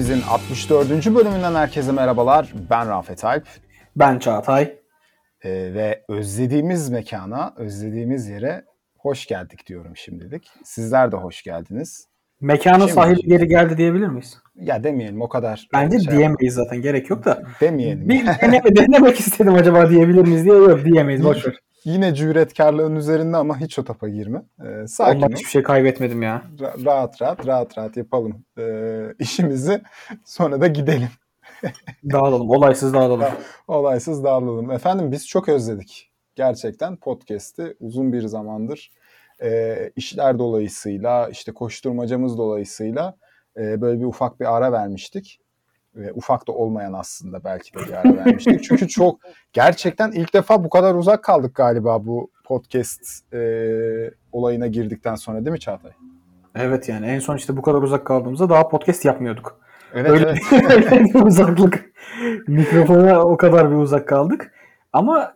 Hepimizin 64. bölümünden herkese merhabalar. Ben Rafet Alp. Ben Çağatay. Ve özlediğimiz mekana, özlediğimiz yere hoş geldik diyorum şimdilik. Sizler de hoş geldiniz. Mekanın sahibi geri geldi diyebilir miyiz? Ya demeyelim o kadar. Bence diyemeyiz zaten, gerek yok da. Demeyelim. Bir denemek istedim acaba diyebilir miyiz diye, yok diyemeyiz, boşver. Yine cüretkarlığın üzerinde ama hiç o topa girme. Sakin Ondan hiçbir şey kaybetmedim ya. Rahat yapalım işimizi, sonra da gidelim. Dağılalım, olaysız dağılalım. Olaysız dağılalım. Efendim biz çok özledik. Gerçekten podcast'i uzun bir zamandır işler dolayısıyla, işte koşturmacamız dolayısıyla böyle bir ufak bir ara vermiştik. Ufak da olmayan aslında belki de bir ara vermiştik. Çünkü çok gerçekten ilk defa bu kadar uzak kaldık galiba bu podcast olayına girdikten sonra, değil mi Çağatay? Evet, yani en son işte bu kadar uzak kaldığımızda daha podcast yapmıyorduk. Evet, öyle, evet. Öyle bir uzaklık. Mikrofona o kadar bir uzak kaldık. Ama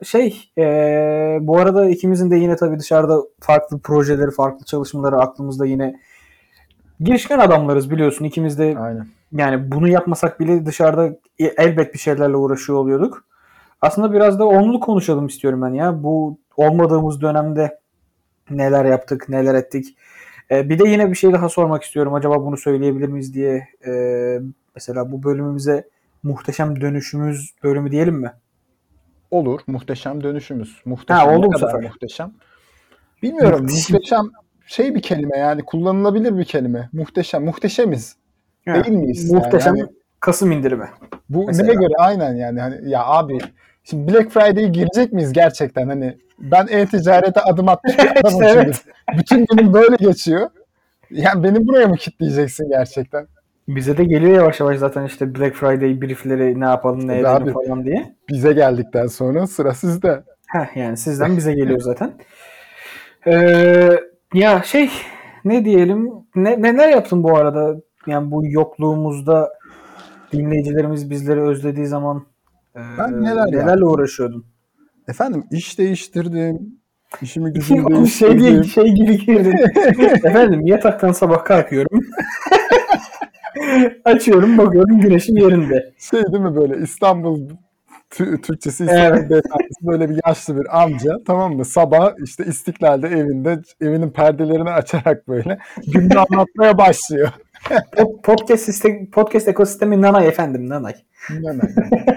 bu arada ikimizin de yine tabii dışarıda farklı projeleri, farklı çalışmaları aklımızda, yine girişken adamlarız biliyorsun. İkimiz de Aynen. Yani bunu yapmasak bile dışarıda elbet bir şeylerle uğraşıyor oluyorduk. Aslında biraz da onu konuşalım istiyorum ben ya. Bu olmadığımız dönemde neler yaptık, neler ettik. Bir de yine bir şey daha sormak istiyorum. Acaba bunu söyleyebilir miyiz diye. Mesela bu bölümümüze muhteşem dönüşümüz bölümü diyelim mi? Olur. Muhteşem dönüşümüz. Muhteşem. Oldu bu bu kadar sefer. muhteşem. Bilmiyorum. Muhteşem bir kelime yani, kullanılabilir bir kelime. Muhteşem. Muhteşemiz. Değil miyiz? Muhteşem yani Kasım indirimi. Bu mesela. neye göre? Aynen yani. Hani ya abi, şimdi Black Friday'e girecek miyiz gerçekten? Hani ben e-ticarete adım atmış bir adamım Evet. şimdi. Bütün günüm böyle geçiyor. Yani beni buraya mı kilitleyeceksin gerçekten? Bize de geliyor yavaş yavaş zaten işte Black Friday briefleri, ne yapalım, ne edelim Abi, falan diye. Bize geldikten sonra sıra sizde. Yani sizden bize geliyor zaten. Ya ne diyelim, neler yaptın bu arada? Yani bu yokluğumuzda dinleyicilerimiz bizleri özlediği zaman Ben nelerle yaptım? Uğraşıyordun? Efendim iş değiştirdim. İşimi gücümü değiştirdim. gibi girdin. Efendim yataktan sabah kalkıyorum. Açıyorum, bakıyorum güneşin yerinde. Değil mi böyle İstanbul Türkçesi İstanbul beyefendisi, böyle bir yaşlı bir amca, tamam mı? Sabah işte İstiklal'de evinin perdelerini açarak böyle gününü anlatmaya başlıyor. Podcast ekosistemi nanay efendim, nanay. Nanay.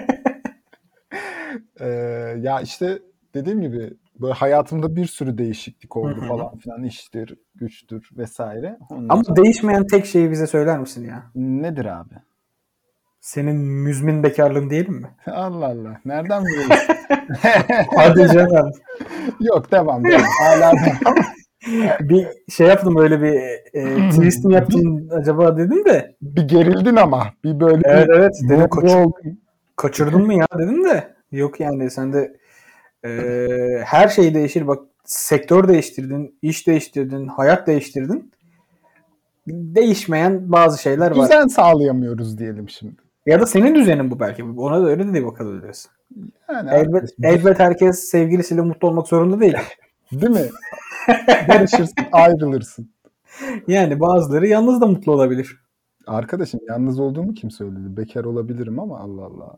Ya işte dediğim gibi böyle hayatımda bir sürü değişiklik oldu falan filan, iştir, güçtür vesaire. Ama değişmeyen tek şeyi bize söyler misin ya? Nedir abi? Senin müzmin bekarlığın diyelim mi? Allah Allah. Nereden biliyorsun? Hadi canım. Yok, devam. Hala devam. Bir yaptım, öyle bir twist mi yaptın acaba dedim de. Bir gerildin ama. Bir böyle evet dedim, kaçırdın mı ya dedim de. Yok yani, sen de her şey değişir. Bak, sektör değiştirdin, iş değiştirdin, hayat değiştirdin. Değişmeyen bazı şeyler var. Düzen sağlayamıyoruz diyelim şimdi. Ya da senin düzenin bu belki. Ona da öyle de bakabiliriz. Yani elbet herkes sevgilisiyle mutlu olmak zorunda değil. Değil mi? Barışırsın, ayrılırsın. Yani bazıları yalnız da mutlu olabilir. Arkadaşım, yalnız olduğumu kim söyledi? Bekar olabilirim ama Allah Allah.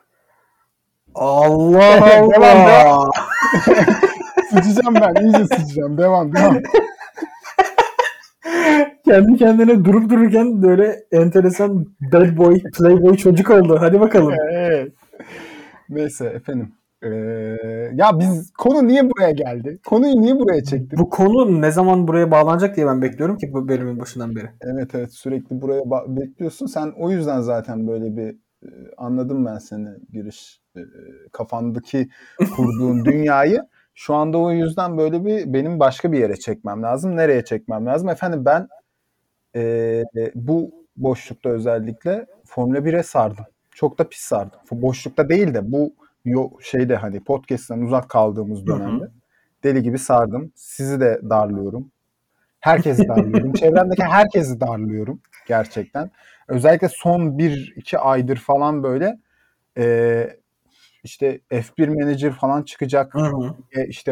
Allah Allah. Sıçacağım ben. İyice sıçacağım. Devam. Kendi kendine durup dururken böyle enteresan bad boy, playboy çocuk oldu. Hadi bakalım. Evet. Neyse efendim. Ya konu niye buraya geldi? Konuyu niye buraya çektin? Bu konu ne zaman buraya bağlanacak diye ben bekliyorum ki bu bölümün başından beri. Evet, sürekli buraya bekliyorsun. Sen o yüzden zaten böyle bir anladım ben seni, giriş kafandaki kurduğun dünyayı. Şu anda o yüzden böyle benim başka bir yere çekmem lazım. Nereye çekmem lazım? Efendim ben bu boşlukta özellikle Formula 1'e sardım. Çok da pis sardım. Boşlukta değil de bu hani podcast'ten uzak kaldığımız dönemde deli gibi sardım. Sizi de darlıyorum. Herkesi darlıyorum. Çevremdeki herkesi darlıyorum gerçekten. Özellikle son 1-2 aydır falan böyle işte F1 Manager falan çıkacak. İşte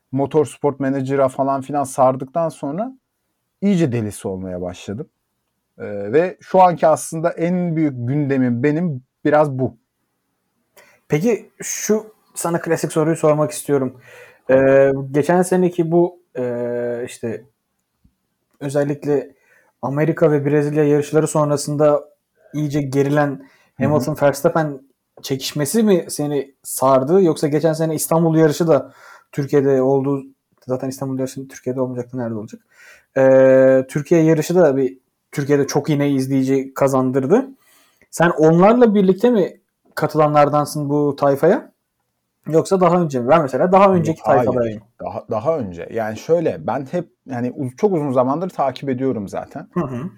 Motorsport Manager'a falan filan sardıktan sonra iyice delisi olmaya başladım. Ve şu anki aslında en büyük gündemim benim biraz bu. Peki şu sana klasik soruyu sormak istiyorum. Geçen seneki bu işte özellikle Amerika ve Brezilya yarışları sonrasında iyice gerilen Hamilton-Verstappen çekişmesi mi seni sardı? Yoksa geçen sene İstanbul yarışı da Türkiye'de olduğu, zaten İstanbul yarışı Türkiye'de olmayacaktı, nerede olacak? Türkiye yarışı da Türkiye'de çok yine izleyici kazandırdı. Sen onlarla birlikte mi katılanlardansın bu tayfaya? Yoksa daha önce mi? Ben mesela daha önceki tayfadayım. Daha önce. Yani şöyle, ben hep yani çok uzun zamandır takip ediyorum zaten.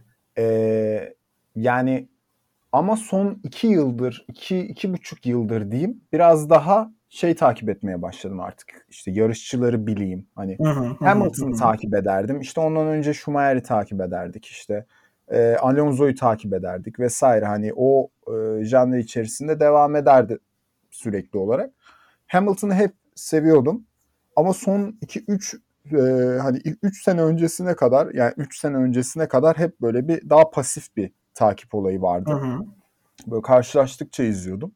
Yani ama son 2 yıldır, 2,5 yıldır diyeyim, biraz daha takip etmeye başladım artık. İşte yarışçıları bileyim. Hani Hamilton'ı takip ederdim. İşte ondan önce Schumacher'i takip ederdik. İşte Alonso'yu takip ederdik vesaire. Hani o janr içerisinde devam ederdi sürekli olarak. Hamilton'ı hep seviyordum. Ama son 2-3 hani 3 sene öncesine kadar, yani 3 sene öncesine kadar hep böyle bir daha pasif bir takip olayı vardı. Böyle karşılaştıkça izliyordum.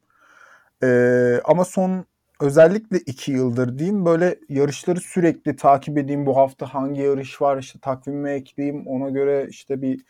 Ama son özellikle 2 yıldır diyeyim, böyle yarışları sürekli takip edeyim. Bu hafta hangi yarış var, işte takvimime ekleyeyim. Ona göre işte bir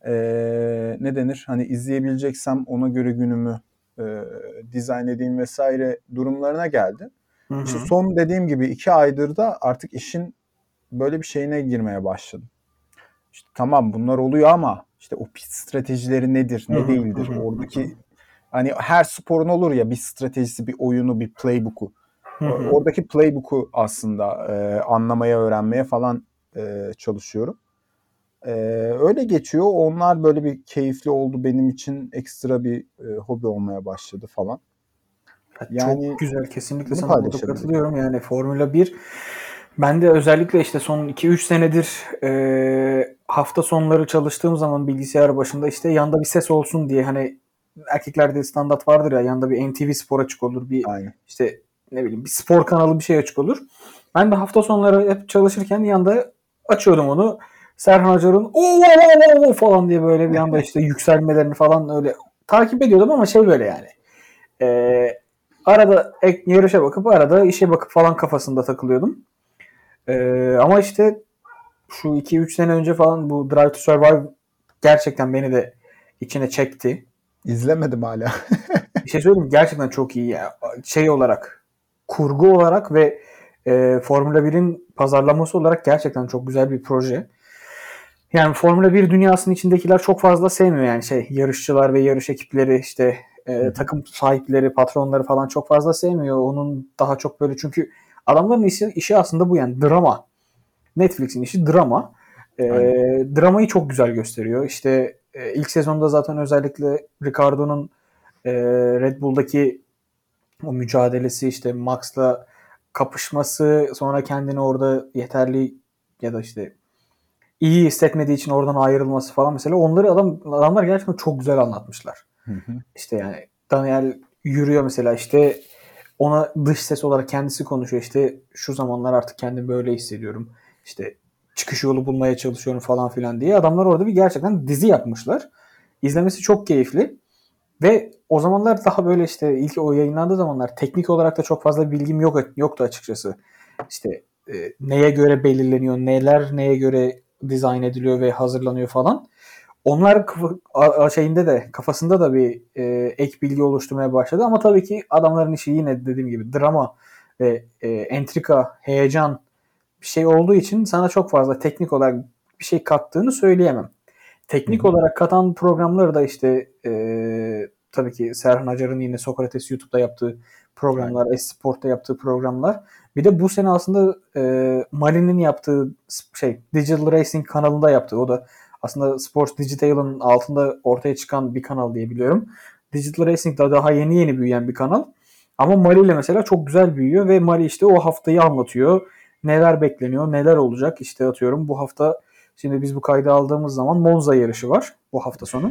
ne denir? Hani izleyebileceksem ona göre günümü dizayn edeyim vesaire durumlarına geldi. İşte son dediğim gibi 2 aydır da artık işin böyle bir şeyine girmeye başladım. İşte tamam, bunlar oluyor ama işte o pist stratejileri nedir, ne değildir? Oradaki hani her sporun olur ya bir stratejisi, bir oyunu, bir playbook'u. Oradaki playbook'u aslında anlamaya, öğrenmeye falan çalışıyorum. Öyle geçiyor. Onlar böyle bir keyifli oldu benim için, ekstra bir hobi olmaya başladı falan. Yani çok güzel, kesinlikle sana burada katılıyorum. Yani Formula 1, ben de özellikle işte son 2-3 senedir hafta sonları çalıştığım zaman bilgisayar başında işte yanda bir ses olsun diye, hani erkeklerde standart vardır ya, yanda bir NTV Spor açık olur, bir işte ne bileyim bir spor kanalı bir şey açık olur. Ben de hafta sonları hep çalışırken yanda açıyordum onu. Serhan Acar'ın o falan diye böyle bir anda işte yükselmelerini falan öyle takip ediyordum ama böyle yani. Arada yarışa bakıp arada işe bakıp falan kafasında takılıyordum. Ama işte şu 2-3 sene önce falan bu Drive to Survive gerçekten beni de içine çekti. İzlemedim hala. Bir şey söyleyeyim mi? Gerçekten çok iyi ya. Olarak, kurgu olarak ve Formula 1'in pazarlaması olarak gerçekten çok güzel bir proje. Yani Formula 1 dünyasının içindekiler çok fazla sevmiyor yani yarışçılar ve yarış ekipleri, işte takım sahipleri, patronları falan çok fazla sevmiyor. Onun daha çok böyle, çünkü adamların işi aslında bu, yani drama. Netflix'in işi drama. Dramayı çok güzel gösteriyor. İşte ilk sezonda zaten özellikle Ricardo'nun Red Bull'daki o mücadelesi, işte Max'la kapışması, sonra kendini orada yeterli ya da işte iyi hissetmediği için oradan ayrılması falan, mesela onları adamlar gerçekten çok güzel anlatmışlar. İşte yani Daniel yürüyor mesela, işte ona dış ses olarak kendisi konuşuyor, işte şu zamanlar artık kendimi böyle hissediyorum, işte çıkış yolu bulmaya çalışıyorum falan filan diye. Adamlar orada bir gerçekten dizi yapmışlar. İzlemesi çok keyifli ve o zamanlar daha böyle, işte ilk o yayınlandığı zamanlar teknik olarak da çok fazla bilgim yoktu açıkçası. İşte neye göre belirleniyor, neler neye göre dizayn ediliyor ve hazırlanıyor falan. Onlar kafasında da bir ek bilgi oluşturmaya başladı. Ama tabii ki adamların işi yine dediğim gibi drama ve entrika, heyecan bir şey olduğu için sana çok fazla teknik olarak bir şey kattığını söyleyemem. Teknik olarak katan programları da işte tabii ki Serhan Acar'ın yine Sokrates YouTube'da yaptığı programlar, Esport'ta yaptığı programlar. Bir de bu sene aslında Mali'nin yaptığı Digital Racing kanalında yaptığı, o da aslında Sports Digital'ın altında ortaya çıkan bir kanal diye biliyorum. Digital Racing da daha yeni büyüyen bir kanal. Ama Mali ile mesela çok güzel büyüyor ve Mali işte o haftayı anlatıyor. Neler bekleniyor, neler olacak, işte atıyorum bu hafta, şimdi biz bu kaydı aldığımız zaman Monza yarışı var bu hafta sonu.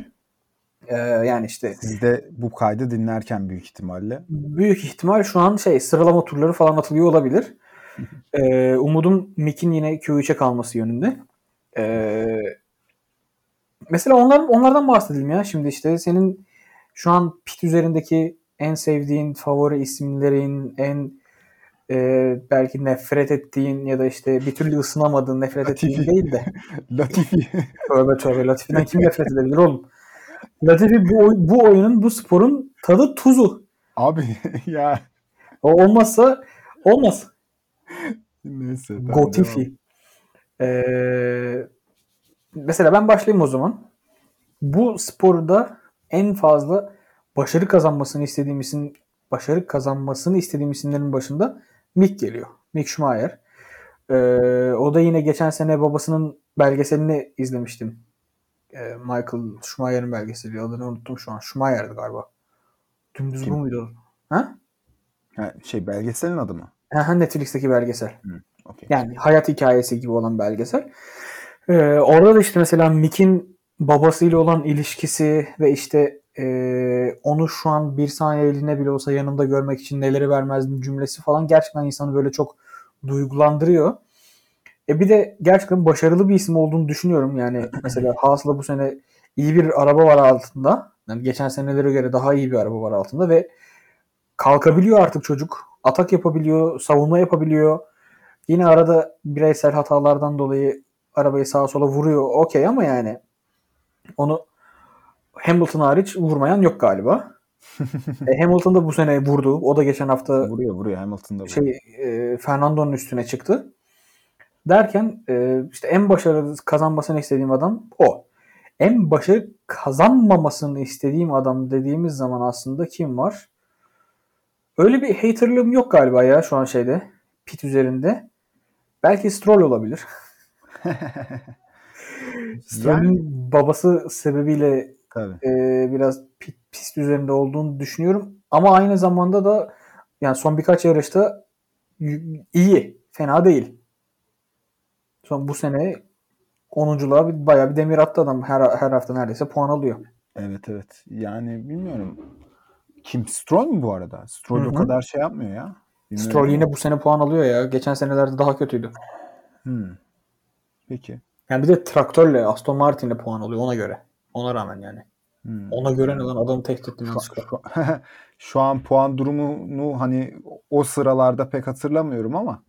Yani işte siz de bu kaydı dinlerken büyük ihtimal şu an sıralama turları falan atılıyor olabilir. Umudum Mick'in yine Q3'e kalması yönünde. Mesela onlardan bahsedelim ya. Şimdi işte senin şu an pit üzerindeki en sevdiğin favori isimlerin, en belki nefret ettiğin ya da işte bir türlü ısınamadığın, nefret ettiğin Latifi. değil de Latifi. tövbe tövbe Latifi'den kim nefret edebilir oğlum? Latifi bu oyunun, bu sporun tadı tuzu. Abi ya O olmazsa olmaz. neyse tamam devam. Gotifi. Mesela ben başlayayım o zaman. Bu sporda en fazla başarı kazanmasını istediğim isimlerin başında Mick geliyor. Mick Schumacher. O da yine geçen sene babasının belgeselini izlemiştim. Michael Schumacher'in belgeseli. Adını unuttum şu an. Schumacher'di galiba. Dümdüz Kim? bu muydu? Ha? Ha, belgeselin adı mı? Ha, Netflix'teki belgesel. Okay. Yani hayat hikayesi gibi olan belgesel. Orada da işte mesela Mick'in babasıyla olan ilişkisi ve işte onu şu an bir saniyeliğine bile olsa yanımda görmek için neleri vermezdim cümlesi falan gerçekten insanı böyle çok duygulandırıyor. Bir de gerçekten başarılı bir isim olduğunu düşünüyorum. Yani mesela Haas'la bu sene iyi bir araba var altında. Yani geçen senelere göre daha iyi bir araba var altında ve kalkabiliyor artık çocuk. Atak yapabiliyor, savunma yapabiliyor. Yine arada bireysel hatalardan dolayı arabayı sağa sola vuruyor. Okey ama yani onu Hamilton hariç vurmayan yok galiba. Hamilton da bu sene vurdu. O da geçen hafta Vuruyor Hamilton'da vuruyor. Fernando'nun üstüne çıktı. Derken işte en başarılı kazanmasını istediğim adam o. En başarı kazanmamasını istediğim adam dediğimiz zaman aslında kim var? Öyle bir haterlığım yok galiba ya şu an pit üzerinde. Belki Stroll olabilir. Stroll'ün babası sebebiyle biraz pist üzerinde olduğunu düşünüyorum. Ama aynı zamanda da yani son birkaç yarışta iyi. Fena değil. Son bu sene 10'unculuğa bayağı bir demir attı adam. Her hafta neredeyse puan alıyor. Evet. Yani bilmiyorum. Kim? Stroll mu bu arada? Stroll o kadar şey yapmıyor ya. Bilmiyorum Stroll ama. yine bu sene puan alıyor ya. Geçen senelerde daha kötüydü. Peki. Yani bir de traktörle Aston Martin'le puan alıyor ona göre. Ona rağmen yani. Ona göre ne lan adamı tehdit ettim yanlışlıkla. Şu an puan durumunu hani o sıralarda pek hatırlamıyorum ama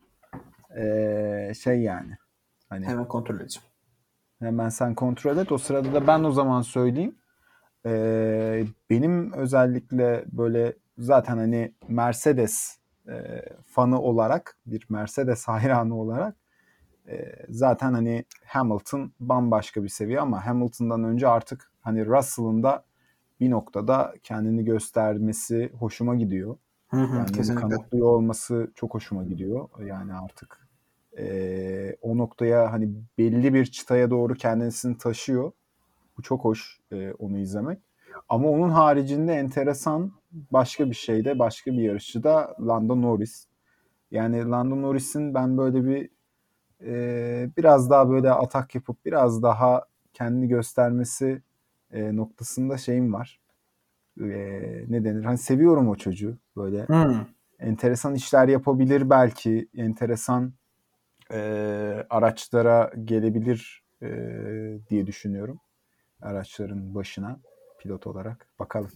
yani. Hani Hemen kontrol edeceğim. Hemen sen kontrol et. O sırada da ben o zaman söyleyeyim. Benim özellikle böyle zaten hani Mercedes fanı olarak, bir Mercedes hayranı olarak zaten hani Hamilton bambaşka bir seviye ama Hamilton'dan önce artık hani Russell'ın da bir noktada kendini göstermesi hoşuma gidiyor. Kendini kanıtlıyor olması çok hoşuma gidiyor. Yani artık o noktaya hani belli bir çıtaya doğru kendisini taşıyor. Bu çok hoş onu izlemek. Ama onun haricinde enteresan başka bir şeyde, başka bir yarışçı da Lando Norris. Yani Lando Norris'in ben böyle bir biraz daha böyle atak yapıp biraz daha kendini göstermesi noktasında şeyim var. Ne denir? Hani seviyorum o çocuğu. Böyle enteresan işler yapabilir belki. Enteresan araçlara gelebilir diye düşünüyorum. Araçların başına pilot olarak. Bakalım.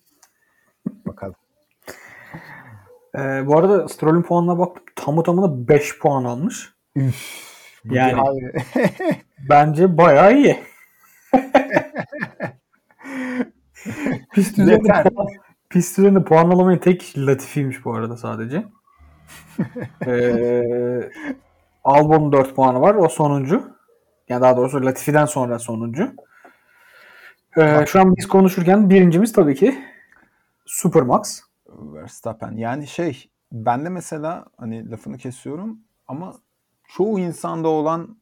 Bu arada Stroll'ün puanına baktım. Tamı tamına 5 puan almış. Yani bence bayağı iyi. Pist üzerinde puan alamayan tek kişi Latifi'ymiş bu arada sadece. Albon'un 4 puanı var. O sonuncu. Yani daha doğrusu Latifi'den sonra sonuncu. Şu an biz konuşurken birincimiz tabii ki Supermax. Verstappen. Yani ben de mesela hani lafını kesiyorum ama çoğu insanda olan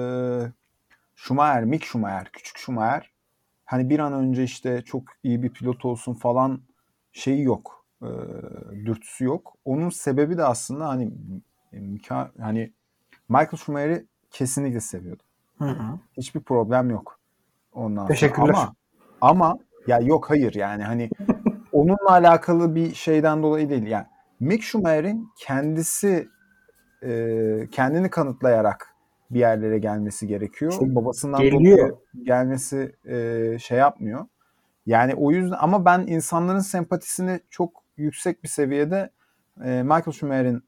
Mick Schumacher, küçük Schumacher hani bir an önce işte çok iyi bir pilot olsun falan şeyi yok. Dürtüsü yok. Onun sebebi de aslında hani Michael Schumacher'i kesinlikle seviyordu. Hiçbir problem yok. Ondan Teşekkürler. Sonra ama ya yok hayır yani hani onunla alakalı bir şeyden dolayı değil. Yani Mick Schumacher'in kendisi kendini kanıtlayarak bir yerlere gelmesi gerekiyor. İşte Babasından geliyor. dolayı gelmesi şey yapmıyor. Yani o yüzden ama ben insanların sempatisini çok yüksek bir seviyede Michael Schumacher'in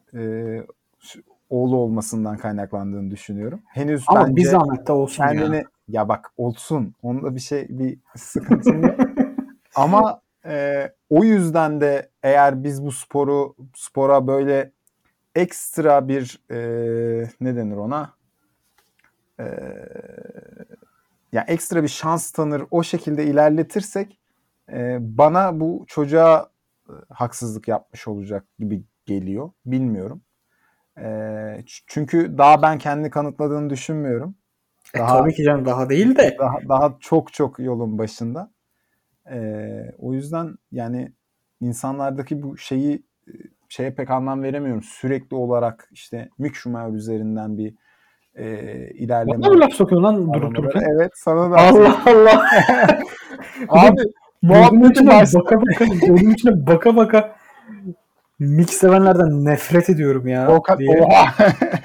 oğlu olmasından kaynaklandığını düşünüyorum. Henüz Ama bir bence zahmet de olsun ya. ya bir olsun. Onda bir sıkıntım yok. Ama o yüzden de eğer biz bu spora böyle ekstra bir ne denir ona? Yani ekstra bir şans tanır o şekilde ilerletirsek bana bu çocuğa haksızlık yapmış olacak gibi geliyor. Bilmiyorum. Çünkü daha ben kendini kanıtladığını düşünmüyorum. Tabii ki canım, daha değil de. Daha çok çok yolun başında. O yüzden yani insanlardaki bu şeye pek anlam veremiyorum. Sürekli olarak işte Mick Schumacher üzerinden bir ilerleme. Bana mı laf sokuyorsun lan durup aramaları. dururken? Evet, sana da. Allah Allah. Abi Gözümün muhabbeti içine başta. gözümün içine baka baka Mick sevenlerden nefret ediyorum ya. Oha.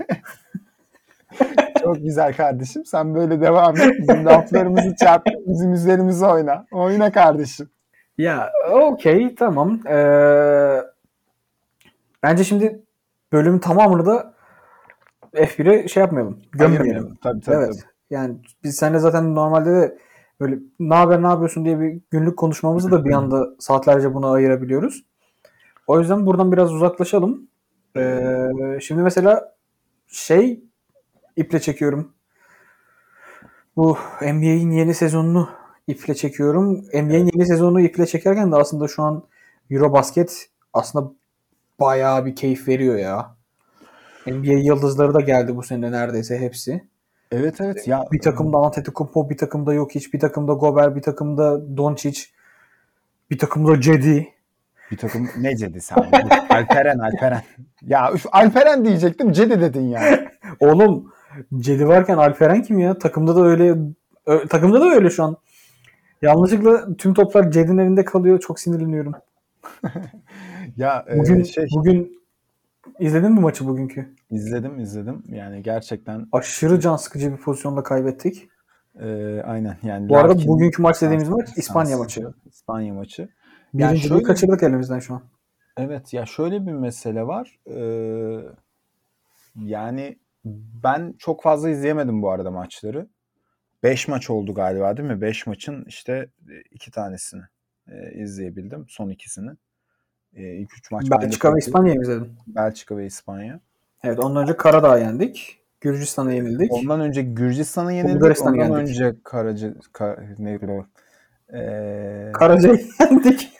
Çok güzel kardeşim. Sen böyle devam et. Bizim laflarımızı çarp. Bizim üzerimize oyna. Oyna kardeşim. Ya okey, tamam. Bence şimdi bölümün tamamını da F1'e şey yapmayalım. Gömmeyelim. Tabii. Evet. Yani biz seninle zaten normalde de böyle ne haber, ne yapıyorsun diye bir günlük konuşmamızı da bir anda saatlerce buna ayırabiliyoruz. O yüzden buradan biraz uzaklaşalım. Şimdi mesela iple çekiyorum. Bu NBA'in yeni sezonunu iple çekiyorum. NBA'in yeni sezonunu iple çekerken de aslında şu an Eurobasket aslında bayağı bir keyif veriyor ya. NBA yıldızları da geldi bu sene neredeyse hepsi. Evet ya. Bir takımda Antetokounmpo, bir takımda Jokic, bir takımda Gobert, bir takımda Doncic, bir takımda Cedi. Bir takım ne Cedi sen? Alperen. Ya Alperen diyecektim. Cedi dedin yani. Oğlum Cedi varken Alperen kim ya? Takımda da öyle şu an. Yanlışlıkla tüm toplar Cedi'nin elinde kalıyor. Çok sinirleniyorum. Ya bugün izledin mi maçı bugünkü? İzledim. Yani gerçekten aşırı can sıkıcı bir pozisyonda kaybettik. Aynen. Yani bu arada bugünkü maç dediğimiz maç İspanya maçı. İspanya maçı. Birinciliği kaçırdık elimizden şu an. Evet ya, şöyle bir mesele var. Yani ben çok fazla izleyemedim bu arada maçları. 5 maç oldu galiba değil mi? 5 maçın işte 2 tanesini izleyebildim. Son ikisini. İlk 3 maç Belçika ve İspanya'yı izledim. Belçika ve İspanya. Evet, ondan önce Karadağ'ı yendik. Gürcistan'a yenildik. Ondan önce Gürcistan'a yenildik. Bulgaristan'a ondan yendik. önce Karaca'yı yendik.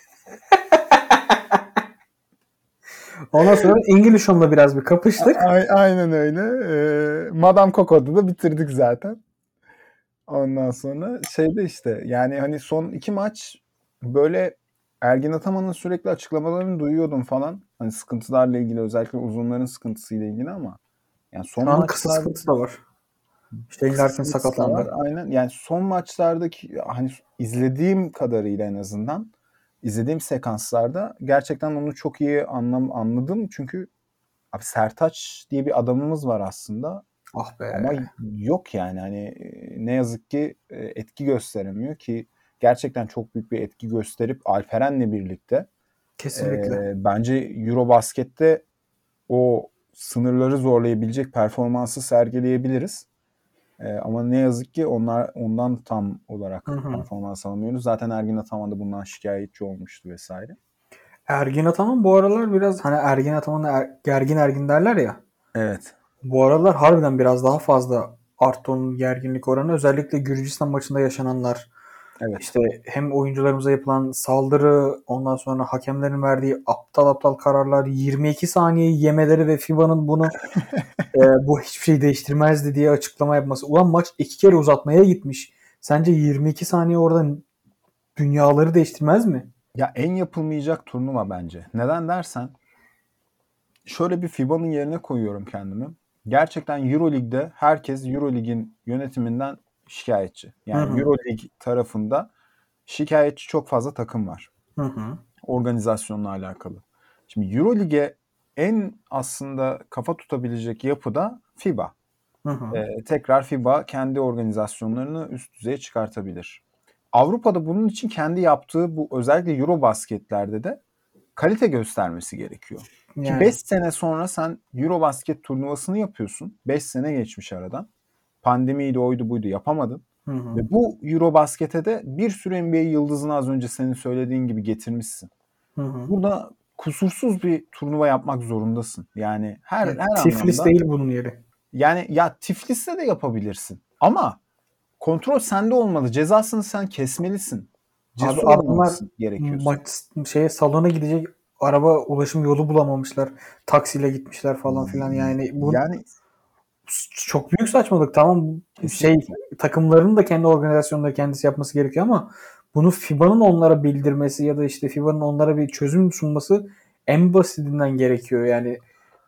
Ondan sonra İngiliz Home'la biraz bir kapıştık. Aynen öyle. Madame Coco'da da bitirdik zaten. Ondan sonra işte yani hani son 2 maç böyle Ergin Ataman'ın sürekli açıklamalarını duyuyordum falan. Hani sıkıntılarla ilgili, özellikle uzunların sıkıntısıyla ilgili ama yani son maçlarda kısa sıkıntısı da var. Shane Larkin sakatlandı. Aynen. Yani son maçlardaki hani izlediğim kadarıyla en azından izlediğim sekanslarda gerçekten onu çok iyi anladım. Çünkü abi Sertaç diye bir adamımız var aslında. Ah be. Ama yok yani hani ne yazık ki etki gösteremiyor ki gerçekten çok büyük bir etki gösterip Alperen'le birlikte kesinlikle bence Eurobasket'te o sınırları zorlayabilecek performansı sergileyebiliriz. Ama ne yazık ki ondan tam olarak performans alamıyoruz. Zaten Ergin Ataman da bundan şikayetçi olmuştu vesaire. Ergin Ataman bu aralar biraz hani Ergin Ataman'la gergin Ergin derler ya. Evet. Bu aralar harbiden biraz daha fazla arttı onun gerginlik oranı. Özellikle Gürcistan maçında yaşananlar. Evet. İşte hem oyuncularımıza yapılan saldırı, ondan sonra hakemlerin verdiği aptal kararlar, 22 saniye yemeleri ve FIBA'nın bunu bu hiçbir şey değiştirmezdi diye açıklama yapması. Ulan maç 2 kere uzatmaya gitmiş. Sence 22 saniye orada dünyaları değiştirmez mi? Ya en yapılmayacak turnuva bence. Neden dersen şöyle bir FIBA'nın yerine koyuyorum kendimi. Gerçekten Euroleague'de herkes Euroleague'in yönetiminden şikayetçi. Yani Euroleague tarafında şikayetçi çok fazla takım var. Organizasyonla alakalı. Şimdi Euroleague'e en aslında kafa tutabilecek yapı da FIBA. Tekrar FIBA kendi organizasyonlarını üst düzeye çıkartabilir. Avrupa'da bunun için kendi yaptığı bu özellikle Eurobasketlerde de kalite göstermesi gerekiyor. Yani. Ki 5 sene sonra sen Eurobasket turnuvasını yapıyorsun. 5 sene geçmiş aradan. Pandemiydi, oydu buydu, yapamadın. Ve bu Eurobasket'e de bir sürü NBA yıldızını az önce senin söylediğin gibi getirmişsin. Burada kusursuz bir turnuva yapmak zorundasın. Yani her Tiflis anlamda. Değil bunun yeri. Yani ya Tiflis'te de yapabilirsin. Ama kontrol sende olmalı. Cezasını sen kesmelisin. Cesur olmalısın gerekiyorsa. Salona gidecek araba ulaşım yolu bulamamışlar. Taksiyle gitmişler falan filan. Yani bu çok büyük saçmalık. Tamam, takımların da kendi organizasyonları kendisi yapması gerekiyor ama bunu FIBA'nın onlara bildirmesi ya da işte FIBA'nın onlara bir çözüm sunması en basitinden gerekiyor. Yani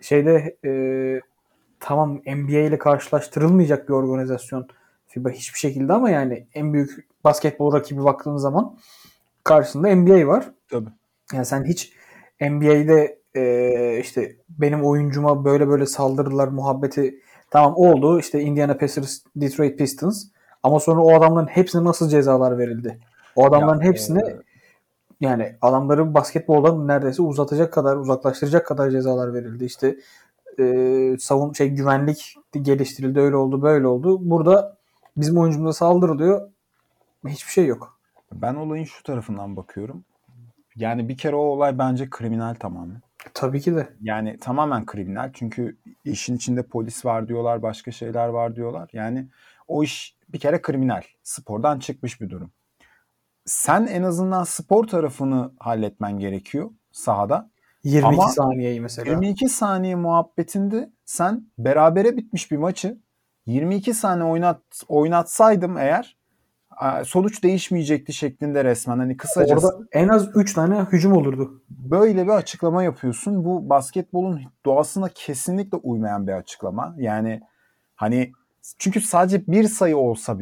tamam, NBA ile karşılaştırılmayacak bir organizasyon FIBA hiçbir şekilde ama yani en büyük basketbol rakibi baktığın zaman karşısında NBA var. Tabii. Yani sen hiç NBA'de işte benim oyuncuma böyle saldırılar muhabbeti tamam oldu. İşte Indiana Pacers, Detroit Pistons ama sonra o adamların hepsine nasıl cezalar verildi? O adamların hepsine yani adamları basketboldan neredeyse uzaklaştıracak kadar cezalar verildi. İşte güvenlik geliştirildi, öyle oldu, böyle oldu. Burada bizim oyuncumuza saldırılıyor. Hiçbir şey yok. Ben olayın şu tarafından bakıyorum. Yani bir kere o olay bence kriminal tamamen. Tabii ki de. Yani tamamen kriminal. Çünkü işin içinde polis var diyorlar, başka şeyler var diyorlar. Yani o iş bir kere kriminal. Spordan çıkmış bir durum. Sen en azından spor tarafını halletmen gerekiyor sahada. 22 saniyeyi mesela. 22 saniye muhabbetinde sen berabere bitmiş bir maçı 22 saniye oynatsaydım eğer sonuç değişmeyecekti şeklinde resmen. Hani kısacası. Orada en az 3 tane hücum olurdu. Böyle bir açıklama yapıyorsun. Bu basketbolun doğasına kesinlikle uymayan bir açıklama. Yani hani çünkü sadece bir sayı olsa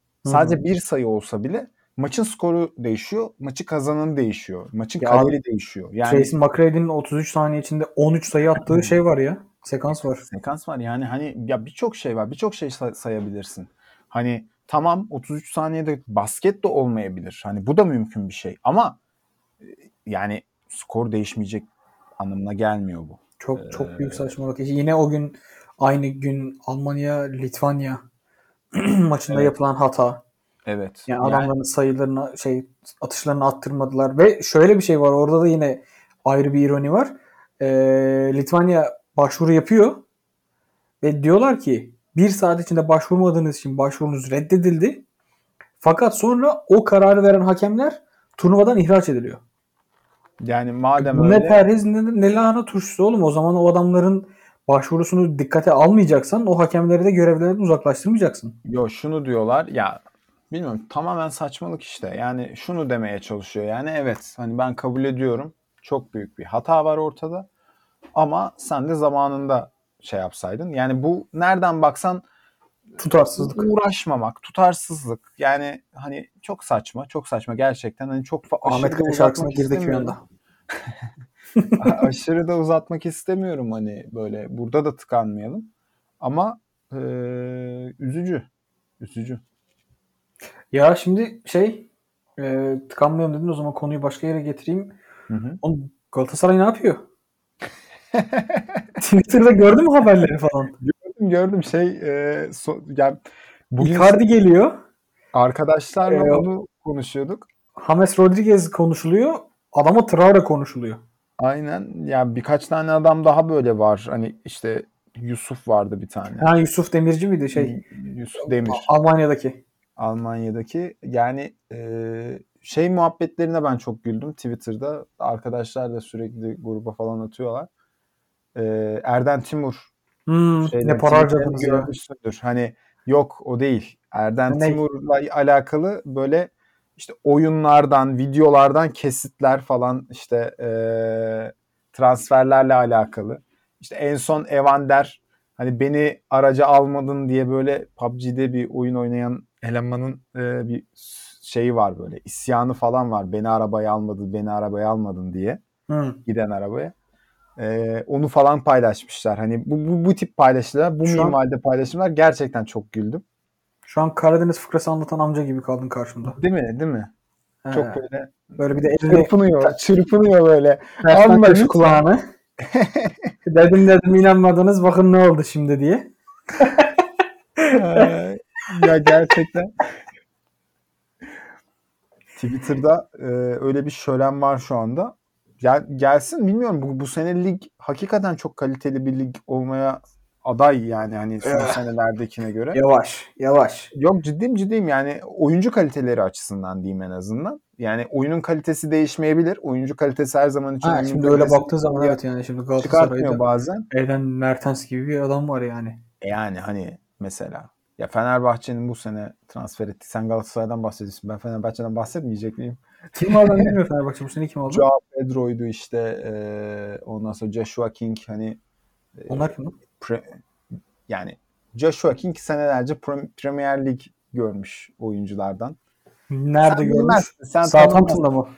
bile maçın skoru değişiyor. Maçı kazananı değişiyor. Maçın kaderi değişiyor. Yani Tracy McGrady'nin 33 saniye içinde 13 sayı attığı şey var ya. Sekans var. Sekans var. Yani hani ya birçok şey var. Birçok şey sayabilirsin. Hani tamam 33 saniyede basket de olmayabilir. Hani bu da mümkün bir şey. Ama yani skor değişmeyecek anlamına gelmiyor bu. Çok büyük saçmalık. Yine o gün aynı gün Almanya-Litvanya maçında yapılan hata. Evet. Yani adamların sayılarını atışlarını attırmadılar ve şöyle bir şey var. Orada da yine ayrı bir ironi var. Litvanya başvuru yapıyor ve diyorlar ki 1 saat içinde başvurmadığınız için başvurunuz reddedildi. Fakat sonra o kararı veren hakemler turnuvadan ihraç ediliyor. Yani madem bu öyle. Ne perhiz ne lahana turşusu oğlum. O zaman o adamların başvurusunu dikkate almayacaksan o hakemleri de görevlerinden uzaklaştırmayacaksın. Yo şunu diyorlar ya bilmiyorum tamamen saçmalık işte. Yani şunu demeye çalışıyor. Yani evet hani ben kabul ediyorum. Çok büyük bir hata var ortada. Ama sen de zamanında yapsaydın. Yani bu nereden baksan tutarsızlık. Uğraşmamak, tutarsızlık. Yani hani çok saçma gerçekten. Hani çok Ahmet Kaya şarkısına girdik bir anda. Aşırı da uzatmak istemiyorum hani böyle. Burada da tıkanmayalım. Ama üzücü. Ya şimdi tıkanmayalım dedin, o zaman konuyu başka yere getireyim. Oğlum, Galatasaray ne yapıyor? Twitter'da gördün mü haberleri falan? Gördüm yani bugün Icardi geliyor. Arkadaşlarla onu konuşuyorduk. James Rodriguez konuşuluyor. Adama Traore konuşuluyor. Aynen. Yani birkaç tane adam daha böyle var. Hani işte Yusuf vardı bir tane. Yusuf Demirci miydi Yusuf Demir. Almanya'daki. Yani muhabbetlerine ben çok güldüm Twitter'da. Arkadaşlar da sürekli gruba falan atıyorlar. Erden Timur. Ne para harcadınız ya. Hani yok o değil. Erden Timur'la alakalı böyle işte oyunlardan, videolardan kesitler falan işte transferlerle alakalı. İşte en son Evander hani beni araca almadın diye böyle PUBG'de bir oyun oynayan elemanın bir şeyi var böyle. İsyanı falan var. Beni arabaya almadın diye. Giden arabaya. Onu falan paylaşmışlar. Hani bu tip paylaşımlar, bu minvalde paylaşımlar gerçekten çok güldüm. Şu an Karadeniz fıkrası anlatan amca gibi kaldın karşımda. Değil mi? Değil mi? He. Çok böyle bir de elini çırpınıyor böyle. tersten kaşı kulağını. dedim inanmadınız, bakın ne oldu şimdi diye. Ya gerçekten Twitter'da öyle bir şölen var şu anda. Gelsin, bilmiyorum, bu sene lig hakikaten çok kaliteli bir lig olmaya aday yani, hani son senelerdekine göre. Yavaş. Yok, ciddiyim yani, oyuncu kaliteleri açısından diyeyim en azından. Yani oyunun kalitesi değişmeyebilir. Oyuncu kalitesi her zaman için. Şimdi öyle baktığı zaman evet, yani şimdi Galatasaray'da bazen. Eden Mertens gibi bir adam var yani. Yani hani mesela ya Fenerbahçe'nin bu sene transfer etti. Sen Galatasaray'dan bahsediyorsun. Ben Fenerbahçe'den bahsetmeyecek miyim? Kim aldı bilmiyorum Fenerbahçe bu sene, kim aldı? Joao Pedro'ydu işte. Ondan sonra Joshua King, hani onlar kim? Yani Joshua King senelerce Premier Lig görmüş oyunculardan. Nerede görmüş? Southampton'da mı?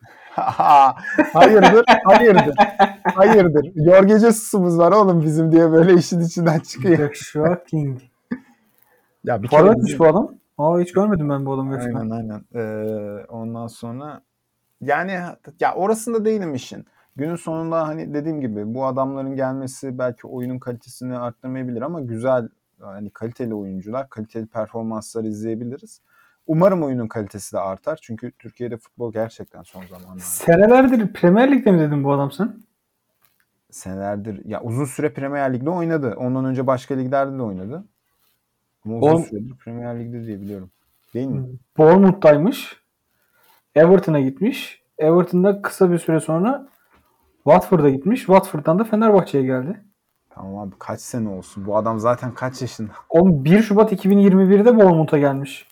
Hayırdır. Jorge Jesus'umuz var oğlum bizim diye böyle işin içinden çıkıyor. Joshua King. Ya bir kere bu adam. Hiç görmedim ben bu adamı gerçekten. Aynen. Ondan sonra yani ya orasında değilim işin. Günün sonunda hani dediğim gibi bu adamların gelmesi belki oyunun kalitesini arttırmayabilir ama güzel, hani kaliteli oyuncular, kaliteli performanslar izleyebiliriz. Umarım oyunun kalitesi de artar. Çünkü Türkiye'de futbol gerçekten son zamanlarda. Senelerdir Premier Lig'de mi dedin bu adam sen? Senelerdir. Ya uzun süre Premier Lig'de oynadı. Ondan önce başka liglerde de oynadı. Ama uzun süredir Premier Lig'de diye biliyorum. Değil mi? Bournemouth'taymış. Everton'a gitmiş. Everton'da kısa bir süre sonra Watford'a gitmiş. Watford'dan da Fenerbahçe'ye geldi. Tamam abi, kaç sene olsun? Bu adam zaten kaç yaşında? 1 Şubat 2021'de Bournemouth'a gelmiş.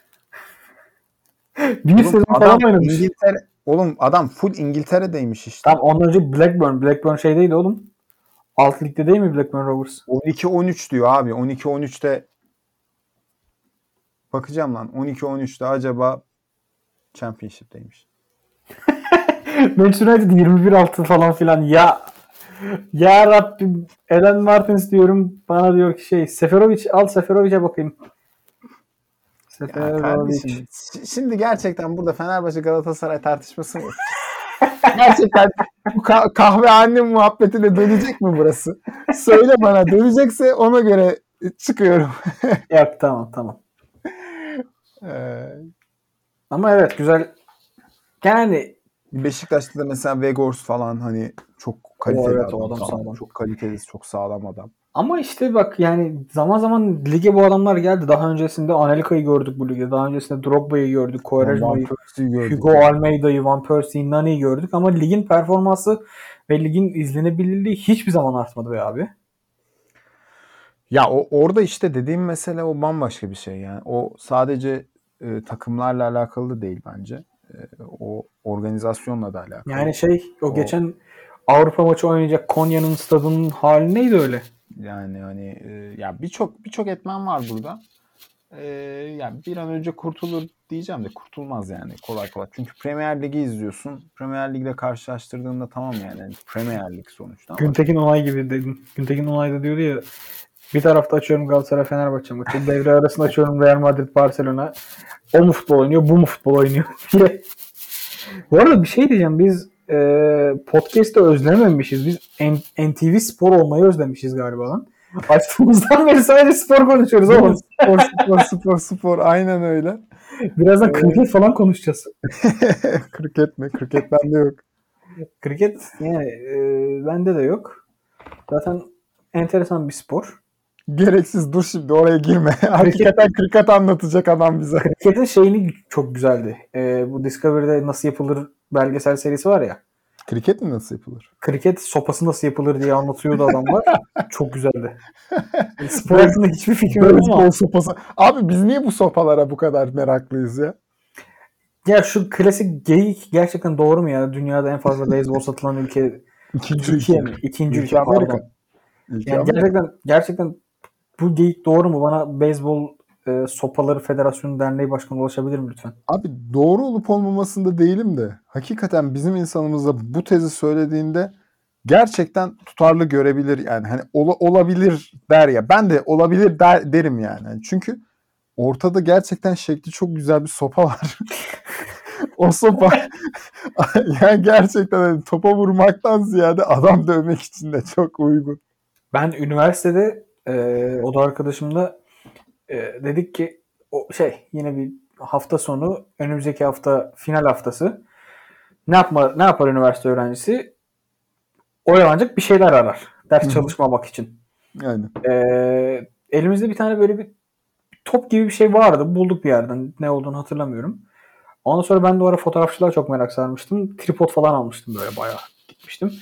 Bir sezon falan oynamış. Oğlum adam full İngiltere'deymiş işte. Tamam, ondan önce Blackburn şeydeydi oğlum. Alt ligde değil mi Blackburn Rovers? 12-13 diyor abi. 12-13'te bakacağım lan. 12-13'te acaba Championship'teymiş. Manchester United 21-6 falan filan. Ya Rabbim, Eden Martins diyorum. Bana diyor ki Seferovic, al Seferovic'e bakayım. Kardeşim, şimdi gerçekten burada Fenerbahçe Galatasaray tartışması mı? Gerçekten bu kahvehane muhabbetine dönecek mi burası? Söyle bana, dönecekse ona göre çıkıyorum. Yok, tamam. Ama evet, güzel. Yani Beşiktaş'ta da mesela Vegors falan, hani çok kaliteli adam. Sağlam. Çok kaliteli, çok sağlam adam. Ama işte bak yani zaman zaman lige bu adamlar geldi. Daha öncesinde Anelka'yı gördük bu ligde. Daha öncesinde Drogba'yı gördük. Quaresma'yı, Hugo Almeida'yı, Van Persie'yi, Nani'yi gördük. Ama ligin performansı ve ligin izlenebilirliği hiçbir zaman artmadı be abi. Ya orada işte dediğim mesele o bambaşka bir şey yani. O sadece takımlarla alakalı da değil bence. O organizasyonla da alakalı. Yani geçen Avrupa maçı oynayacak Konya'nın stadının hali neydi öyle? Yani hani ya birçok etmen var burada. Yani bir an önce kurtulur diyeceğim de kurtulmaz yani kolay. Çünkü Premier Lig'i izliyorsun. Premier Lig'le karşılaştırdığında tamam yani Premier Lig sonuçta. Güntekin Onay gibi dedin. Güntekin Onay da diyordu ya, bir tarafta açıyorum Galatasaray Fenerbahçe maçı. Devre arasında açıyorum Real Madrid Barcelona. O mu futbol oynuyor, bu mu futbol oynuyor diye. Bu arada bir şey diyeceğim. Biz podcast'ı özlememişiz. Biz NTV Spor olmayı özlemişiz galiba lan. Açtığımızdan beri sadece spor konuşuyoruz ama. Spor. Aynen öyle. Birazdan kriket falan konuşacağız. Kriket mi? Kriket bende yok. Kriket yani bende de yok. Zaten enteresan bir spor. Gereksiz, dur şimdi oraya girme. Hakikaten kriket anlatacak adam bize. Kriketin şeyini çok güzeldi. Bu Discovery'de nasıl yapılır belgesel serisi var ya. Kriket mi nasıl yapılır? Kriket sopası nasıl yapılır diye anlatıyordu adamlar. Çok güzeldi. Spor hakkında hiçbir fikrim yok ama. Sopası. Abi biz niye bu sopalara bu kadar meraklıyız ya? Ya şu klasik geyik gerçekten doğru mu ya? Dünyada en fazla beyzbol satılan ülke Türkiye mi? İkinci ülke Amerika. Yani gerçekten bu geyik doğru mu? Bana Beyzbol Sopaları Federasyonu Derneği Başkanı ulaşabilir mi lütfen? Abi doğru olup olmamasında değilim de hakikaten bizim insanımıza bu tezi söylediğinde gerçekten tutarlı görebilir yani. Hani olabilir der ya. Ben de olabilir derim yani. Yani çünkü ortada gerçekten şekli çok güzel bir sopa var. O sopa yani gerçekten hani topa vurmaktan ziyade adam dövmek için de çok uygun. Ben üniversitede o da arkadaşımla dedik ki yine bir hafta sonu, önümüzdeki hafta final haftası, ne yapar üniversite öğrencisi? Oyalanacak bir şeyler arar. Ders çalışmamak için. Yani. Elimizde bir tane böyle bir top gibi bir şey vardı. Bulduk bir yerden. Ne olduğunu hatırlamıyorum. Ondan sonra ben de o ara fotoğrafçılığa çok merak sarmıştım. Tripod falan almıştım, böyle bayağı gitmiştim.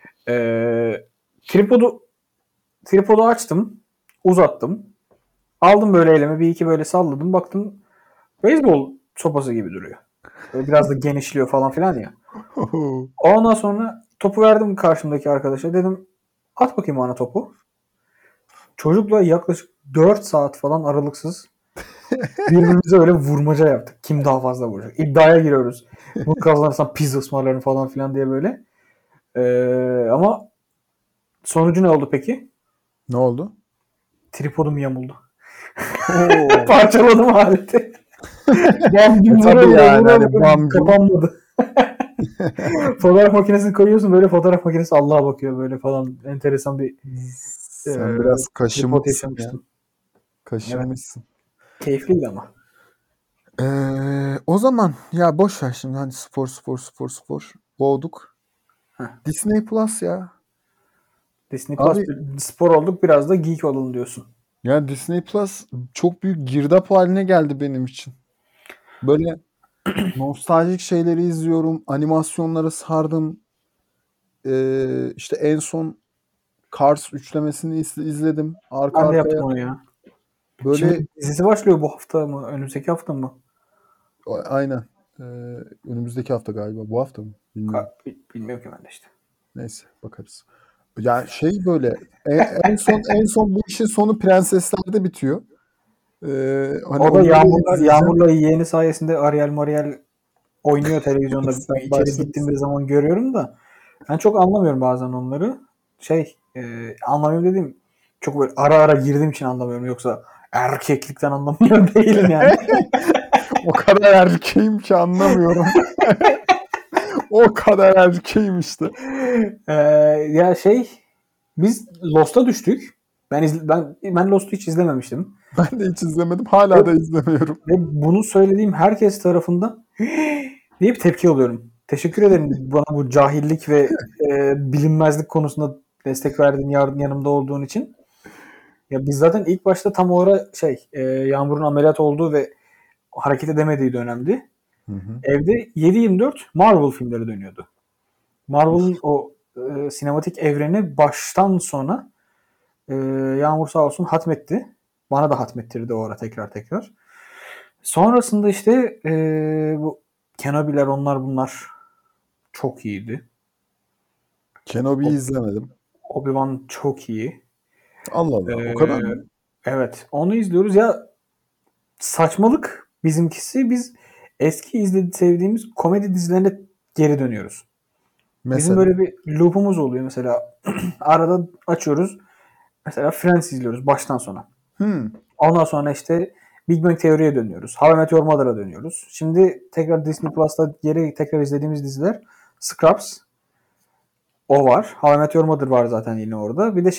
Tripodu açtım. Uzattım. Aldım böyle elime, bir iki böyle salladım. Baktım beyzbol sopası gibi duruyor. Böyle biraz da genişliyor falan filan ya. Ondan sonra topu verdim karşımdaki arkadaşa. Dedim at bakayım bana topu. Çocukla yaklaşık 4 saat falan aralıksız birbirimize öyle vurmaca yaptık. Kim daha fazla vuracak? İddiaya giriyoruz. Bunu kazanırsan pizza ısmarlarım falan filan diye böyle. Ama sonucu ne oldu peki? Ne oldu? Tripodum yamuldu. Parçaladım aleti. Bam gibi tabii yani. Hani kapanmadı. Fotoğraf makinesini koyuyorsun, böyle fotoğraf makinesi Allah'a bakıyor böyle falan. Enteresan bir sen biraz tripod kaşınmışsın yaşamıştım. ya. Kaşınmışsın. Evet. Keyifliydi ama. O zaman ya boş ver şimdi, hani spor boğduk. Disney Plus ya. Disney Plus spor olduk, biraz da geek olalım diyorsun. Ya Disney Plus çok büyük girdap haline geldi benim için. Böyle nostaljik şeyleri izliyorum. Animasyonlara sardım. İşte en son Cars üçlemesini izledim. Arka Ben de arkaya. yaptım onu ya. Böyle Şimdi dizisi başlıyor bu hafta mı? Önümüzdeki hafta mı? aynen. Önümüzdeki hafta galiba. Bu hafta mı? Bilmiyorum. Bilmiyorum ki ben de işte. Neyse bakarız. Yani böyle en son bu işin sonu Prensesler'de bitiyor. Hani O da onları Yağmur'la yeğeni sayesinde Ariel oynuyor televizyonda. Sen İçeri başlamışsın. gittiğim zaman görüyorum da ben çok anlamıyorum bazen onları. Anlamıyorum dediğim, çok böyle ara ara girdiğim için anlamıyorum, yoksa erkeklikten anlamıyor değilim yani. O kadar erkeğim ki anlamıyorum. O kadar erkeğim işte. Biz Lost'a düştük. Ben Lost'u hiç izlememiştim. Ben de hiç izlemedim. Hala da izlemiyorum. Ve bunu söylediğim herkes tarafından diye bir tepki alıyorum. Teşekkür ederim bana bu cahillik ve bilinmezlik konusunda destek verdiğin, yanımda olduğun için. Ya biz zaten ilk başta tam o ara Yağmur'un ameliyat olduğu ve hareket edemediği dönemdi. Evde 7/24 Marvel filmleri dönüyordu. Marvel'ın o sinematik evreni baştan sona Yağmur sağ olsun hatmetti. Bana da hatmettirdi o ara tekrar. Sonrasında işte bu Kenobi'ler, onlar bunlar çok iyiydi. Kenobi'yi izlemedim. Obi-Wan çok iyi. Allah Allah. O kadar mı? Evet. Onu izliyoruz. Ya saçmalık bizimkisi. Biz eski sevdiğimiz komedi dizilerine geri dönüyoruz. Bizim Mesela. böyle bir loop'umuz oluyor mesela. Arada açıyoruz. Mesela Friends izliyoruz baştan sona. Ondan sonra işte Big Bang Theory'ye dönüyoruz. How I Met Your Mother'a dönüyoruz. Şimdi tekrar Disney Plus'ta tekrar izlediğimiz diziler Scrubs. O var. How I Met Your Mother var zaten yine orada. Bir de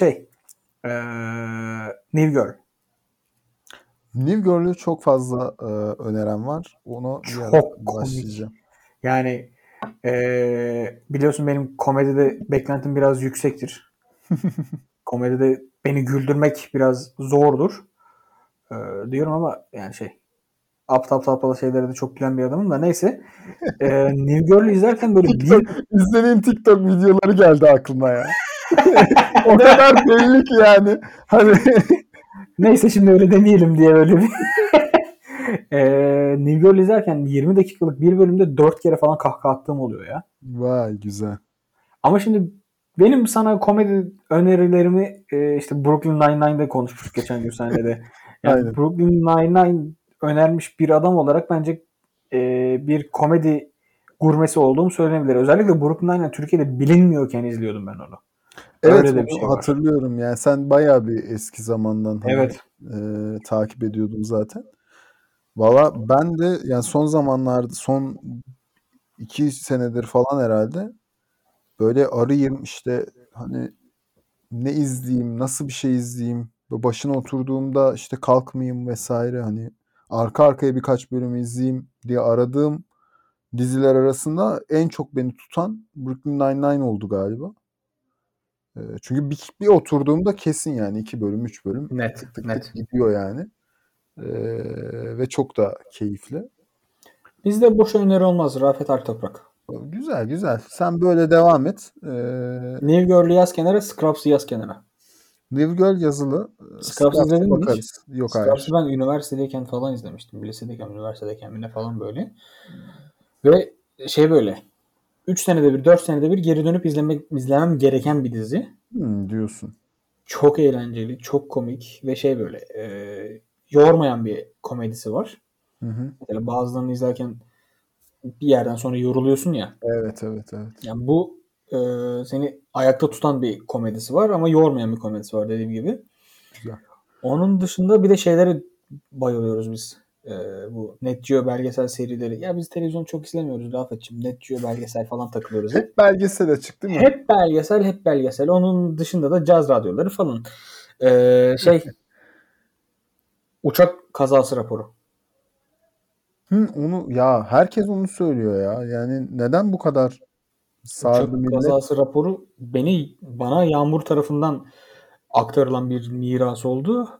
New Girl. New Girl'ü çok fazla öneren var. Onu çok başlayacağım. Komik. Yani biliyorsun benim komedide beklentim biraz yüksektir. Komedide beni güldürmek biraz zordur. Diyorum ama yani aptal şeylere de çok gülen bir adamım da neyse. New Girl'ü izlerken böyle İzlediğin TikTok videoları geldi aklıma ya. O kadar belli ki yani. Hani neyse şimdi öyle demeyelim diye böyle bir New Girl izlerken 20 dakikalık bir bölümde 4 kere falan kahkaha attığım oluyor ya. Vay güzel. Ama şimdi benim sana komedi önerilerimi işte Brooklyn Nine-Nine'de konuşmuştuk geçen gün seninle de. Yani Aynen. Brooklyn Nine-Nine önermiş bir adam olarak bence bir komedi gurmesi olduğum söylenebilir. Özellikle Brooklyn Nine-Nine Türkiye'de bilinmiyorken izliyordum ben onu. Evet, Öyle de bir onu şey var. hatırlıyorum. Yani sen bayağı bir eski zamandan Evet. takip ediyordum zaten. Valla ben de yani son zamanlarda, son 2 senedir falan herhalde böyle arayayım işte, hani ne izleyeyim, nasıl bir şey izleyeyim, böyle başına oturduğumda işte kalkmayayım vesaire, hani arka arkaya birkaç bölüm izleyeyim diye aradığım diziler arasında en çok beni tutan Brooklyn Nine-Nine oldu galiba. Çünkü bir oturduğumda kesin yani 2 bölüm 3 bölüm Net. tık tık tık Net. gidiyor yani. Ve çok da keyifli. Bizde boş öneri olmaz. Rafet Alktoprak. Güzel güzel. Sen böyle devam et. New Girl'ü yaz kenara, Scrubs'ı yaz kenara. New Girl yazılı. Scrubs'ı Scrubs'a izledin mi hiç? bakarız. Yok, Scrubs'ı hayır. ben üniversitedeyken falan izlemiştim. Lisedeyken, üniversitedeyken mi ne falan böyle. Ve şey böyle 3 senede bir, 4 senede bir geri dönüp izlemem gereken bir dizi. Diyorsun. Çok eğlenceli, çok komik ve şey böyle yormayan bir komedisi var. Hı hı. Mesela bazılarını izlerken bir yerden sonra yoruluyorsun ya. Evet evet evet. Yani bu seni ayakta tutan bir komedisi var ama yormayan bir komedisi var dediğim gibi. Güzel. Onun dışında bir de şeylere bayılıyoruz biz. Bu Net Geo belgesel serileri. Ya biz televizyon çok izlemiyoruz Rafet'ciğim. Net Geo belgesel falan takılıyoruz hep. Hep belgesel açık değil mi? Hep belgesel, hep belgesel. Onun dışında da caz radyoları falan. Uçak kazası raporu. Onu ya herkes onu söylüyor ya. Yani neden bu kadar sardı Uçak millet? kazası raporu bana Yağmur tarafından aktarılan bir miras oldu.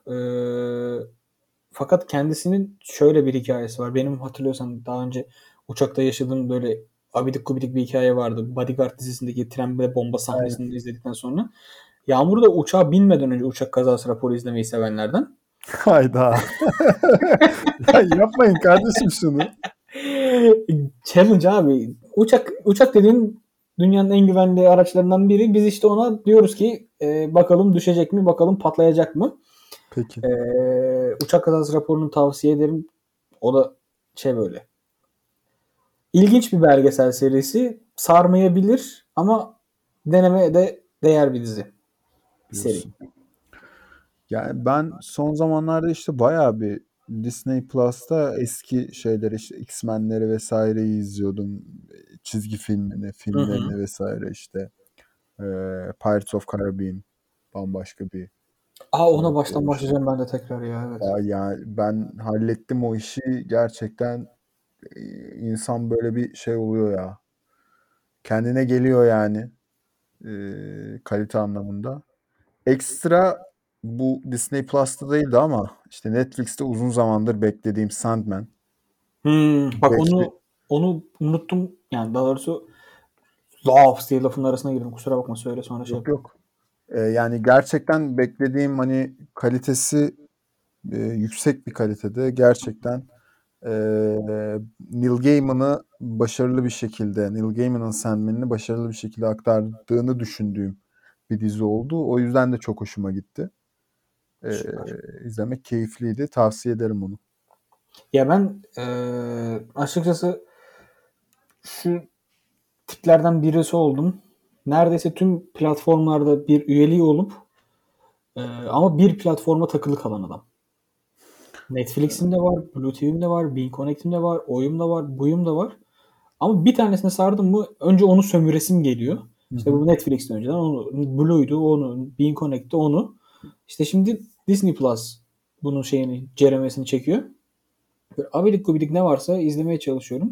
Fakat kendisinin şöyle bir hikayesi var. Benim hatırlıyorsan daha önce uçakta yaşadığım böyle abidik gubidik bir hikaye vardı. Bodyguard dizisindeki tren ve bomba Aynen. sahnesini izledikten sonra. Yağmur da uçağa binmeden önce uçak kazası raporu izlemeyi sevenlerden. Hayda. Ya yapmayın kardeşim şunu. Challenge abi. Uçak dediğin dünyanın en güvenli araçlarından biri. Biz işte ona diyoruz ki bakalım düşecek mi, bakalım patlayacak mı? Peki. Uçak kazası raporunu tavsiye ederim. O da şey böyle. İlginç bir belgesel serisi. Sarmayabilir ama denemeye de değer bir dizi. Bir seri. Diyorsun. Yani ben son zamanlarda işte bayağı bir Disney Plus'ta eski şeyleri, işte X-Men'leri vesaireyi izliyordum. Çizgi Hı hı. filmlerini vesaire işte. Pirates of Caribbean bambaşka bir Ona boyut baştan olmuş. başlayacağım ben de tekrar ya. Evet. Yani ben hallettim o işi, gerçekten insan böyle bir şey oluyor ya. Kendine geliyor yani, kalite anlamında. Ekstra bu Disney Plus'ta değildi ama işte Netflix'te uzun zamandır beklediğim Sandman. Bak Bekli onu unuttum. Yani daha doğrusu laf diye lafın arasına girdim. Kusura bakma söyle sonra şey Yok yapayım. yok. Yani gerçekten beklediğim, hani kalitesi yüksek bir kalitede. Gerçekten Neil Gaiman'ı başarılı bir şekilde, Neil Gaiman'ın Sandman'ini başarılı bir şekilde aktardığını düşündüğüm bir dizi oldu. O yüzden de çok hoşuma gitti. Süper. İzlemek keyifliydi. Tavsiye ederim onu. Ya ben açıkçası şu tiplerden birisi oldum. Neredeyse tüm platformlarda bir üyeliği olup ama bir platforma takılı kalan adam. Netflix'im de var, Blue TV'm de var, Bean Connect'im de var, oyum da var, buyum da var. Ama bir tanesine sardım mı önce onu sömüresim geliyor. Hı İşte hı. bu Netflix'ten önceden onu, Blue'ydu onu, Bean Connect'te onu. İşte şimdi Disney Plus bunun ceremesini çekiyor. Böyle abidik gubidik ne varsa izlemeye çalışıyorum.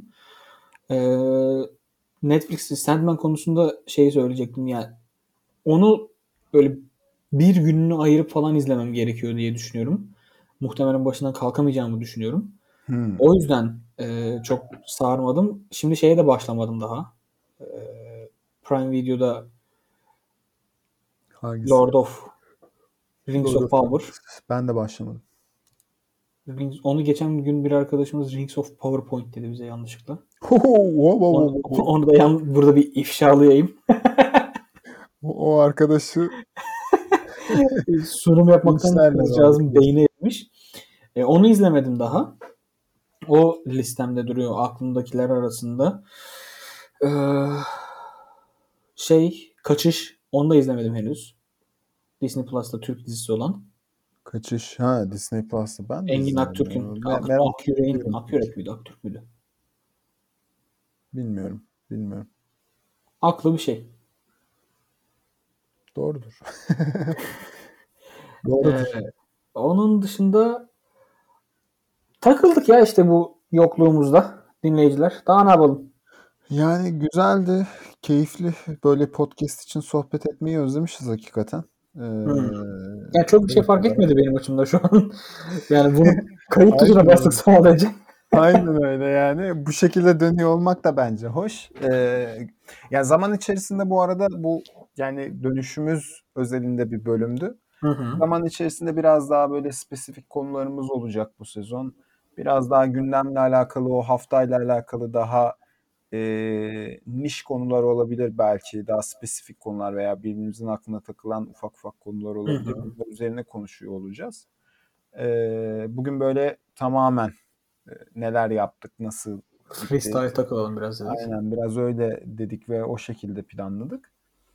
Netflix'te Sandman konusunda şey söyleyecektim yani onu böyle bir gününü ayırıp falan izlemem gerekiyor diye düşünüyorum. Muhtemelen başından kalkamayacağımı düşünüyorum. Hmm. O yüzden çok sarmadım. Şimdi şeye de başlamadım daha. E, Prime Video'da Hangisi? Lord of Rings Lord of of Power. Rings. Ben de başlamadım. Onu geçen gün bir arkadaşımız Rings of PowerPoint dedi bize yanlışlıkla. O Onu da burada bir ifşalayayım. arkadaşı Sunum yapmaktan işlerler o kızcağızın arkadaş. beyni erimiş. Onu izlemedim daha. O listemde duruyor aklımdakiler arasında. Kaçış. Onu da izlemedim henüz. Disney Plus'ta Türk dizisi olan. Kaçış. Ha, Disney Plus'ta ben de Engin izlemedim. Aktürk'ün. Merak Akyürek ediyorum. müydü? Aktürk müydü? Bilmiyorum. Aklı bir şey. Doğrudur. Onun dışında takıldık ya işte bu yokluğumuzda dinleyiciler. Daha ne yapalım? Yani güzeldi, keyifli. Böyle podcast için sohbet etmeyi özlemişiz hakikaten. Yani çok bir şey fark etmedi benim açımda şu an. Yani bunu kayıt tuşuna Aynen bastık sadece. Aynen öyle yani. Bu şekilde dönüyor olmak da bence hoş. Yani zaman içerisinde bu arada bu yani dönüşümüz özelinde bir bölümdü. Zaman içerisinde biraz daha böyle spesifik konularımız olacak bu sezon. Biraz daha gündemle alakalı, o haftayla alakalı daha niş konular olabilir belki. Daha spesifik konular veya birbirimizin aklına takılan ufak ufak konular olabilir. Bunlar üzerine konuşuyor olacağız. Bugün böyle tamamen neler yaptık, nasıl Freestyle takılalım biraz dedik. Aynen, biraz öyle dedik ve o şekilde planladık.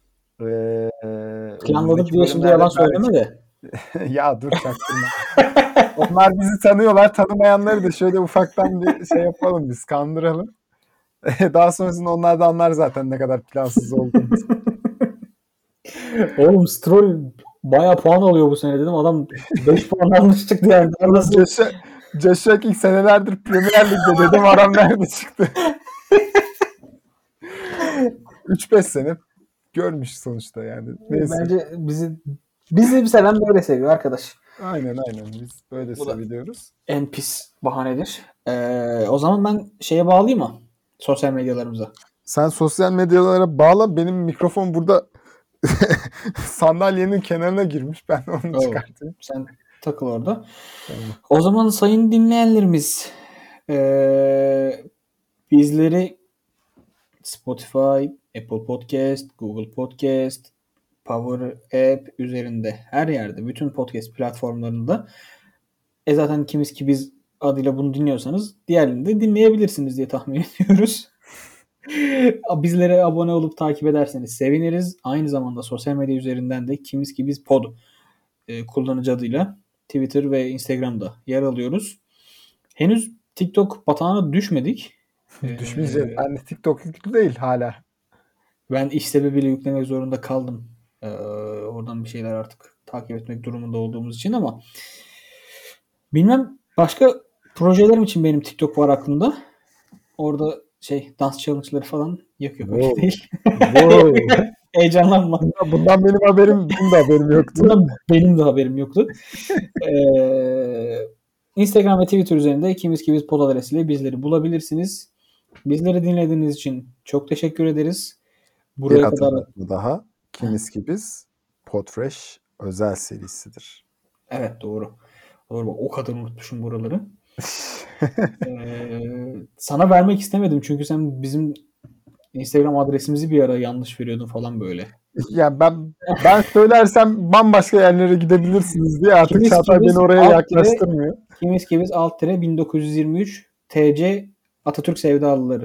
Planladık diye şimdi yalan söyleme de. Ya dur çaktırma. Onlar bizi tanıyorlar. Tanımayanları da şöyle ufaktan bir şey yapalım, biz kandıralım. Daha sonrasında onlar da anlar zaten ne kadar plansız olduğumuzu. Oğlum Stroll bayağı puan alıyor bu sene dedim. Adam 5 puan almış çıktı yani. Joshua King senelerdir Premier Lig'de dedim, adam nerede çıktı? 3-5 sene görmüş sonuçta yani. Neyse. Bence bizi bir seven böyle seviyor arkadaş. Aynen biz böyle seviyoruz. En pis bahanedir. O zaman ben şeye bağlayayım mı? Sosyal medyalarımıza. Sen sosyal medyalara bağla. Benim mikrofon burada sandalyenin kenarına girmiş. Ben onu çıkartayım. Sen takıl orada. Tamam. O zaman sayın dinleyenlerimiz bizleri Spotify, Apple Podcast, Google Podcast, Power App üzerinde her yerde bütün podcast platformlarında zaten kimiz ki biz adıyla bunu dinliyorsanız diğerlerini de dinleyebilirsiniz diye tahmin ediyoruz. Bizlere abone olup takip ederseniz seviniriz. Aynı zamanda sosyal medya üzerinden de kimiz ki biz pod kullanıcı adıyla Twitter ve Instagram'da yer alıyoruz. Henüz TikTok batağına düşmedik. Düşmeyeceğiz. Yani TikTok yüklü değil hala. Ben iş sebebiyle yüklemek zorunda kaldım. Oradan bir şeyler artık takip etmek durumunda olduğumuz için ama bilmem, başka projelerim için benim TikTok var aklımda. Orada dans challenge'ları falan yok öyle değil. Heyecanlanma. Bundan benim de haberim yoktu. Bundan benim de haberim yoktu. Instagram ve Twitter üzerinde kimiz ki biz pod adresiyle bizleri bulabilirsiniz. Bizleri dinlediğiniz için çok teşekkür ederiz. Buraya kadar daha kimiz ki biz Podfresh özel serisidir. Evet, doğru. O kadar unutmuşum buraları. Sana vermek istemedim çünkü sen bizim Instagram adresimizi bir ara yanlış veriyordun falan böyle. Ya ben söylersem bambaşka yerlere gidebilirsiniz diye artık Çağatay beni oraya yaklaştırmıyor. Kimiz ki biz _1923 TC Atatürk sevdalıları.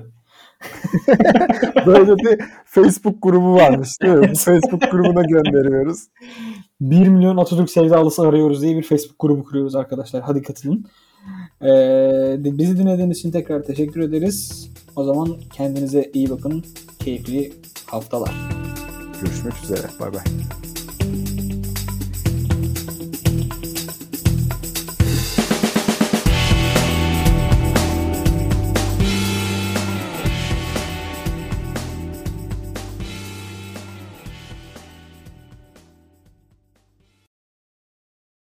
Böyle bir Facebook grubu varmış değil mi? Bu Facebook grubuna gönderiyoruz. 1 milyon Atatürk sevdalısı arıyoruz diye bir Facebook grubu kuruyoruz arkadaşlar. Hadi katılın. Bizi dinlediğiniz için tekrar teşekkür ederiz. O zaman kendinize iyi bakın. Keyifli haftalar. Görüşmek üzere. Bay bay.